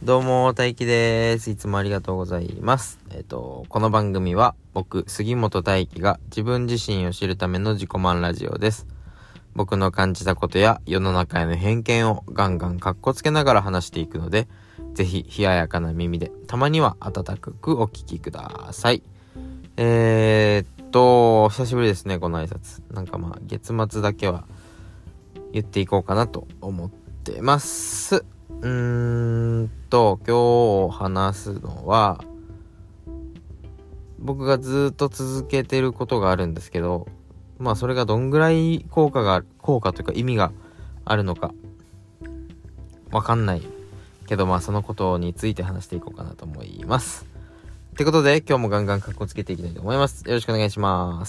どうも大輝です。いつもありがとうございます。この番組は僕杉本大輝が自分自身を知るための自己満ラジオです。僕の感じたことや世の中への偏見をガンガンカッコつけながら話していくので、ぜひ冷ややかな耳でたまには温かくお聞きください。久しぶりですね、この挨拶。月末だけは言っていこうかなと思ってます。今日話すのは、僕がずっと続けてることがあるんですけど、それがどんぐらい効果というか意味があるのかわかんないけど、そのことについて話していこうかなと思います。ってことで今日もガンガンカッコつけていきたいと思います。よろしくお願いします。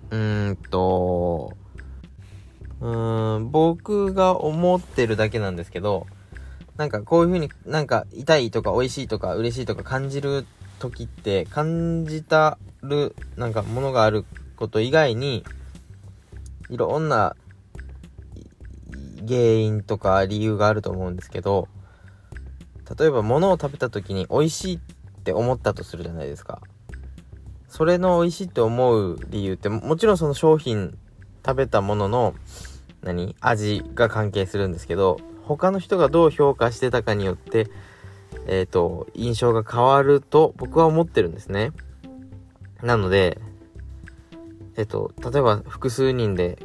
僕が思ってるだけなんですけど、こういう風に痛いとか美味しいとか嬉しいとか感じる時って、感じたるものがあること以外にいろんな原因とか理由があると思うんですけど、例えば物を食べた時に美味しいって思ったとするじゃないですか。それの美味しいって思う理由って、もちろんその商品食べたものの味が関係するんですけど、他の人がどう評価してたかによって印象が変わると僕は思ってるんですね。なので例えば複数人で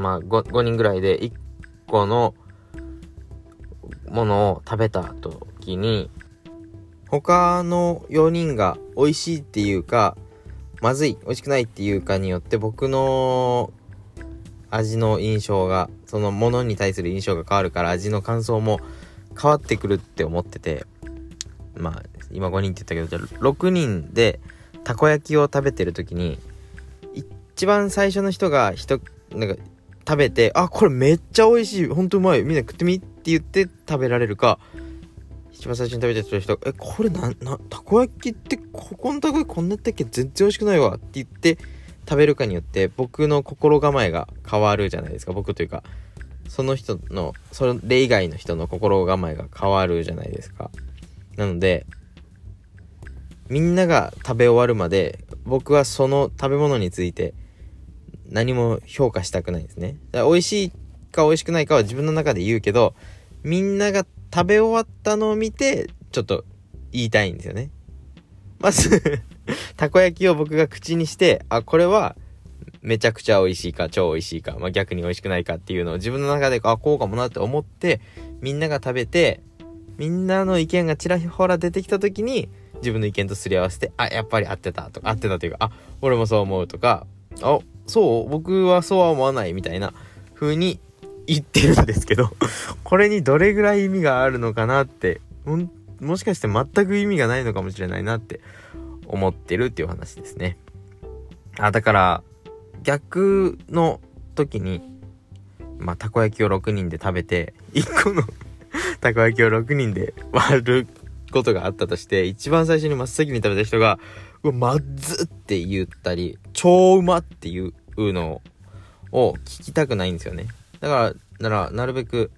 5人ぐらいで1個のものを食べた時に、他の4人が美味しいっていうかまずい、美味しくないっていうかによって僕の味の印象が、そのものに対する印象が変わるから、味の感想も変わってくるって思ってて、今5人って言ったけど、じゃあ6人でたこ焼きを食べてる時に、一番最初の人が食べて、これめっちゃ美味しい、ほんとうまい、みんな食ってみって言って食べられるか、一番最初に食べてる人、これたこ焼きってここのたこ焼きこんなやったっけ、全然美味しくないわって言って食べるかによって僕の心構えが変わるじゃないですか。僕というかその人の、それ以外の人の心構えが変わるじゃないですか。なのでみんなが食べ終わるまで僕はその食べ物について何も評価したくないんですね。だから美味しいか美味しくないかは自分の中で言うけど、みんなが食べ終わったのを見てちょっと言いたいんですよね。まずたこ焼きを僕が口にして、これはめちゃくちゃ美味しいか超美味しいか、逆に美味しくないかっていうのを自分の中でこうかもなって思って、みんなが食べてみんなの意見がちらほら出てきた時に自分の意見とすり合わせて、やっぱり合ってたというか、俺もそう思うとか、そう僕はそうは思わないみたいな風に言ってるんですけどこれにどれぐらい意味があるのかなって、もしかして全く意味がないのかもしれないなって思ってるっていう話ですね。だから逆の時にたこ焼きを6人で食べて、1個のたこ焼きを6人で割ることがあったとして、一番最初に真っ先に食べた人がまずって言ったり超うまっていうのを聞きたくないんですよね。だからなるべく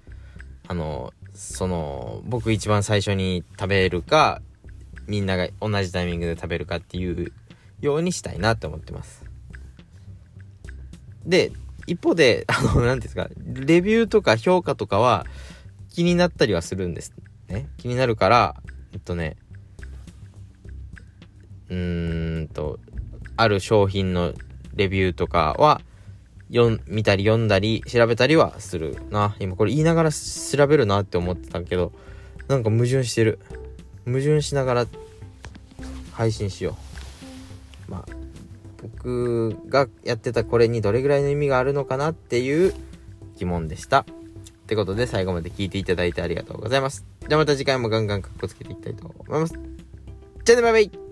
僕一番最初に食べるか、みんなが同じタイミングで食べるかっていうようにしたいなって思ってます。で、一方でなんていうんですか、レビューとか評価とかは気になったりはするんですね。気になるからある商品のレビューとかは見たり読んだり調べたりはするな。今これ言いながら調べるなって思ってたけど、矛盾してる。矛盾しながら配信しよう。僕がやってたこれにどれぐらいの意味があるのかなっていう疑問でした。ってことで最後まで聞いていただいてありがとうございます。じゃあまた次回もガンガンカッコつけていきたいと思います。じゃあね、バイバイ。